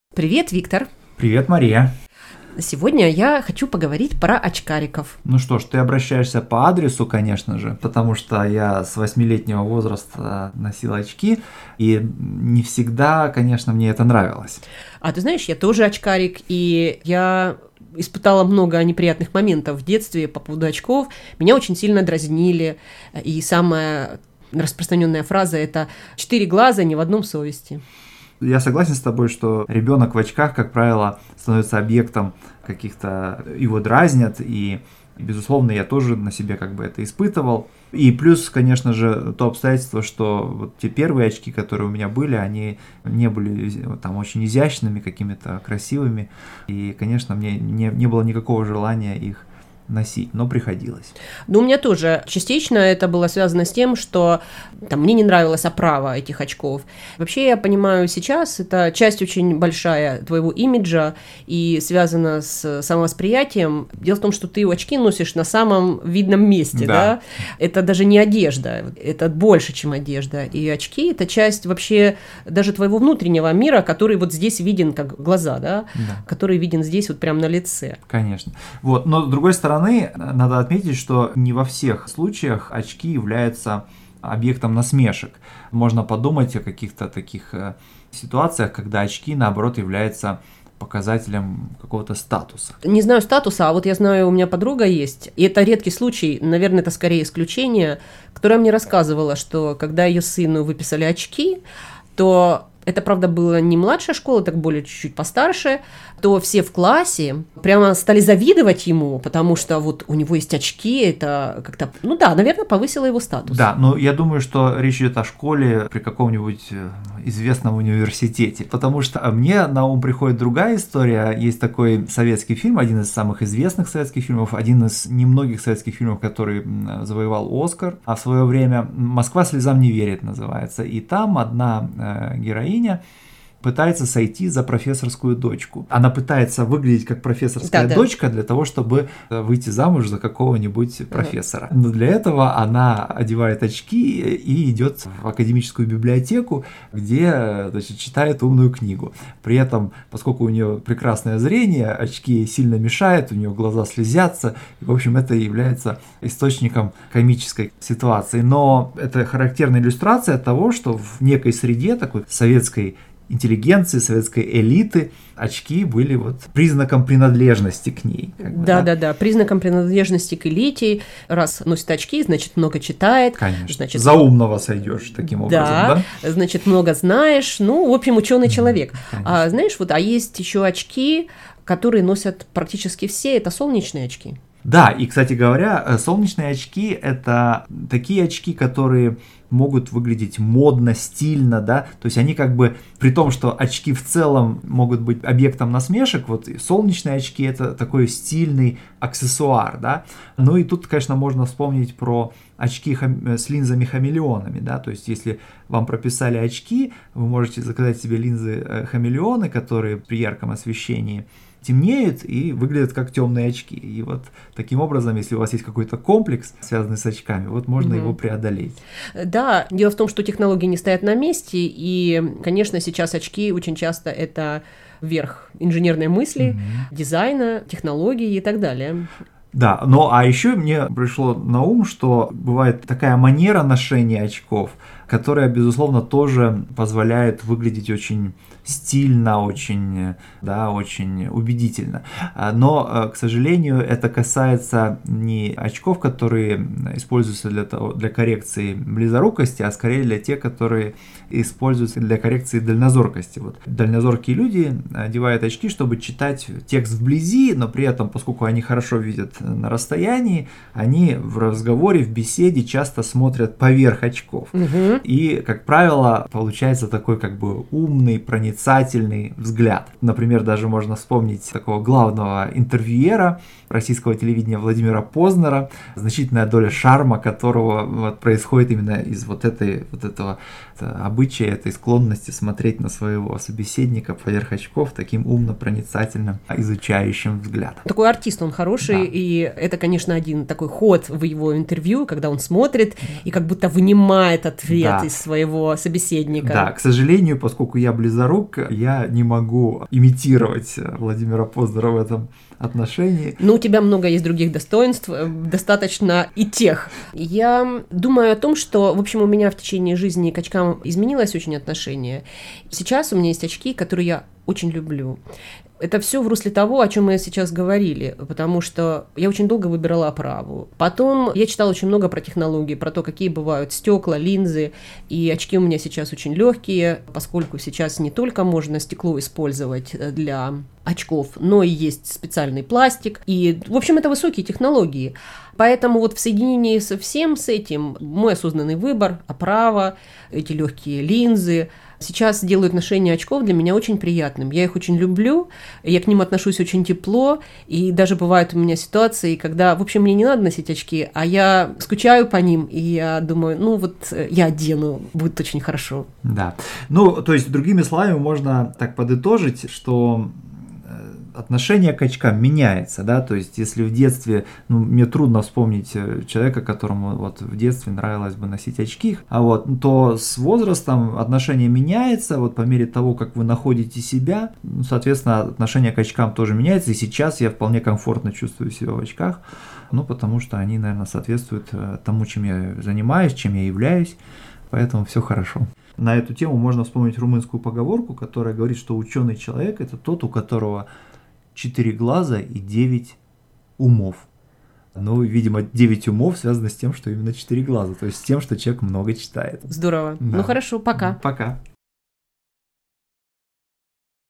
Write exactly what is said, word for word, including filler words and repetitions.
Привет, Виктор. Привет, Мария. Сегодня я хочу поговорить про очкариков. Ну что ж, ты обращаешься по адресу, конечно же, потому что я с восьмилетнего возраста носил очки, и не всегда, конечно, мне это нравилось. А ты знаешь, я тоже очкарик, и я испытала много неприятных моментов в детстве по поводу очков. Меня очень сильно дразнили, и самая распространенная фраза – это «четыре глаза, ни в одном совести». Я согласен с тобой, что ребенок в очках, как правило, становится объектом каких-то, его дразнят, и, безусловно, я тоже на себе как бы это испытывал. И плюс, конечно же, то обстоятельство, что вот те первые очки, которые у меня были, они не были там очень изящными, какими-то красивыми, и, конечно, мне не, не было никакого желания их носить, но приходилось. Ну, у меня тоже частично это было связано с тем, что там, мне не нравилась оправа этих очков. Вообще, я понимаю сейчас, это часть очень большая твоего имиджа и связана с самовосприятием. Дело в том, что ты очки носишь на самом видном месте, да? да? Это даже не одежда, это больше, чем одежда. И очки – это часть вообще даже твоего внутреннего мира, который вот здесь виден как глаза, да? Да. Который виден здесь вот прямо на лице. Конечно. Вот. Но, с другой стороны, надо отметить, что не во всех случаях очки являются объектом насмешек. Можно подумать о каких-то таких ситуациях, когда очки, наоборот, являются показателем какого-то статуса. Не знаю статуса, а вот я знаю, у меня подруга есть, и это редкий случай, наверное, это скорее исключение, которая мне рассказывала, что когда ее сыну выписали очки, то это, правда, была не младшая школа, так более чуть-чуть постарше, то все в классе прямо стали завидовать ему, потому что вот у него есть очки, это как-то, ну да, наверное, повысило его статус. Да, но я думаю, что речь идет о школе при каком-нибудь известном университете, потому что мне на ум приходит другая история. Есть такой советский фильм, один из самых известных советских фильмов, один из немногих советских фильмов, который завоевал Оскар, а в свое время «Москва слезам не верит» называется, и там одна э, героиня пытается сойти за профессорскую дочку. Она пытается выглядеть как профессорская Да-да. дочка для того, чтобы выйти замуж за какого-нибудь профессора. Но для этого она одевает очки и идет в академическую библиотеку, где, значит, читает умную книгу. При этом, поскольку у нее прекрасное зрение, очки сильно мешают, у нее глаза слезятся, и, в общем, это является источником комической ситуации. Но это характерная иллюстрация того, что в некой среде такой советской интеллигенции, советской элиты очки были вот признаком принадлежности к ней. Как бы, да, да? да, да, признаком принадлежности к элите. Раз носит очки, значит, много читает. Конечно. Значит, за умного сойдешь таким образом, да? Да, значит, много знаешь. Ну, в общем, ученый mm-hmm. человек. Конечно. А знаешь, вот, а есть еще очки, которые носят практически все. Это солнечные очки. Да, и, кстати говоря, солнечные очки – это такие очки, которые могут выглядеть модно, стильно, да, то есть они как бы, при том, что очки в целом могут быть объектом насмешек, вот солнечные очки – это такой стильный аксессуар, да, ну и тут, конечно, можно вспомнить про очки хам- с линзами-хамелеонами, да, то есть если вам прописали очки, вы можете заказать себе линзы-хамелеоны, которые при ярком освещении темнеют и выглядят как темные очки. И вот таким образом, если у вас есть какой-то комплекс, связанный с очками, вот можно mm-hmm. его преодолеть. Да, дело в том, что технологии не стоят на месте, и, конечно, сейчас очки очень часто это верх инженерной мысли, mm-hmm. дизайна, технологий и так далее. Да, ну а еще мне пришло на ум, что бывает такая манера ношения очков, которая, безусловно, тоже позволяет выглядеть очень стильно, очень, да, очень убедительно. Но, к сожалению, это касается не очков, которые используются для, того, для коррекции близорукости, а скорее для тех, которые используются для коррекции дальнозоркости. Вот. Дальнозоркие люди одевают очки, чтобы читать текст вблизи, но при этом, поскольку они хорошо видят на расстоянии, они в разговоре, в беседе часто смотрят поверх очков. Угу. И, как правило, получается такой как бы умный, проницательный взгляд. Например, даже можно вспомнить такого главного интервьюера российского телевидения Владимира Познера, значительная доля шарма которого вот происходит именно из вот этой вот этого обычая, этой склонности смотреть на своего собеседника поверх очков таким умно-проницательным, изучающим взглядом. Такой артист, он хороший, да. И это, конечно, один такой ход в его интервью, когда он смотрит и как будто вынимает ответ, Да. из своего собеседника. Да, к сожалению, поскольку я близорук, я не могу имитировать Владимира Познера в этом отношении. Но у тебя много есть других достоинств, достаточно и тех. Я думаю о том, что, в общем, у меня в течение жизни к очкам изменилось очень отношение. Сейчас у меня есть очки, которые я очень люблю. Это все в русле того, о чем мы сейчас говорили, потому что я очень долго выбирала оправу. Потом я читала очень много про технологии, про то, какие бывают стекла, линзы, и очки у меня сейчас очень легкие, поскольку сейчас не только можно стекло использовать для очков, но и есть специальный пластик, и, в общем, это высокие технологии. Поэтому вот в соединении со всем с этим мой осознанный выбор, оправа, эти легкие линзы сейчас делают ношение очков для меня очень приятным. Я их очень люблю, я к ним отношусь очень тепло, и даже бывают у меня ситуации, когда, в общем, мне не надо носить очки, а я скучаю по ним, и я думаю, ну вот я одену, будет очень хорошо. Да. Ну, то есть, другими словами, можно так подытожить, что отношение к очкам меняется, да, то есть если в детстве, ну, мне трудно вспомнить человека, которому вот в детстве нравилось бы носить очки, а вот, то с возрастом отношение меняется, вот по мере того, как вы находите себя, ну, соответственно, отношение к очкам тоже меняется, и сейчас я вполне комфортно чувствую себя в очках, ну, потому что они, наверное, соответствуют тому, чем я занимаюсь, чем я являюсь, поэтому все хорошо. На эту тему можно вспомнить румынскую поговорку, которая говорит, что ученый человек – это тот, у которого четыре глаза и девять умов. Ну, видимо, девять умов связано с тем, что именно четыре глаза, то есть с тем, что человек много читает. Здорово. Да. Ну хорошо, пока. Пока.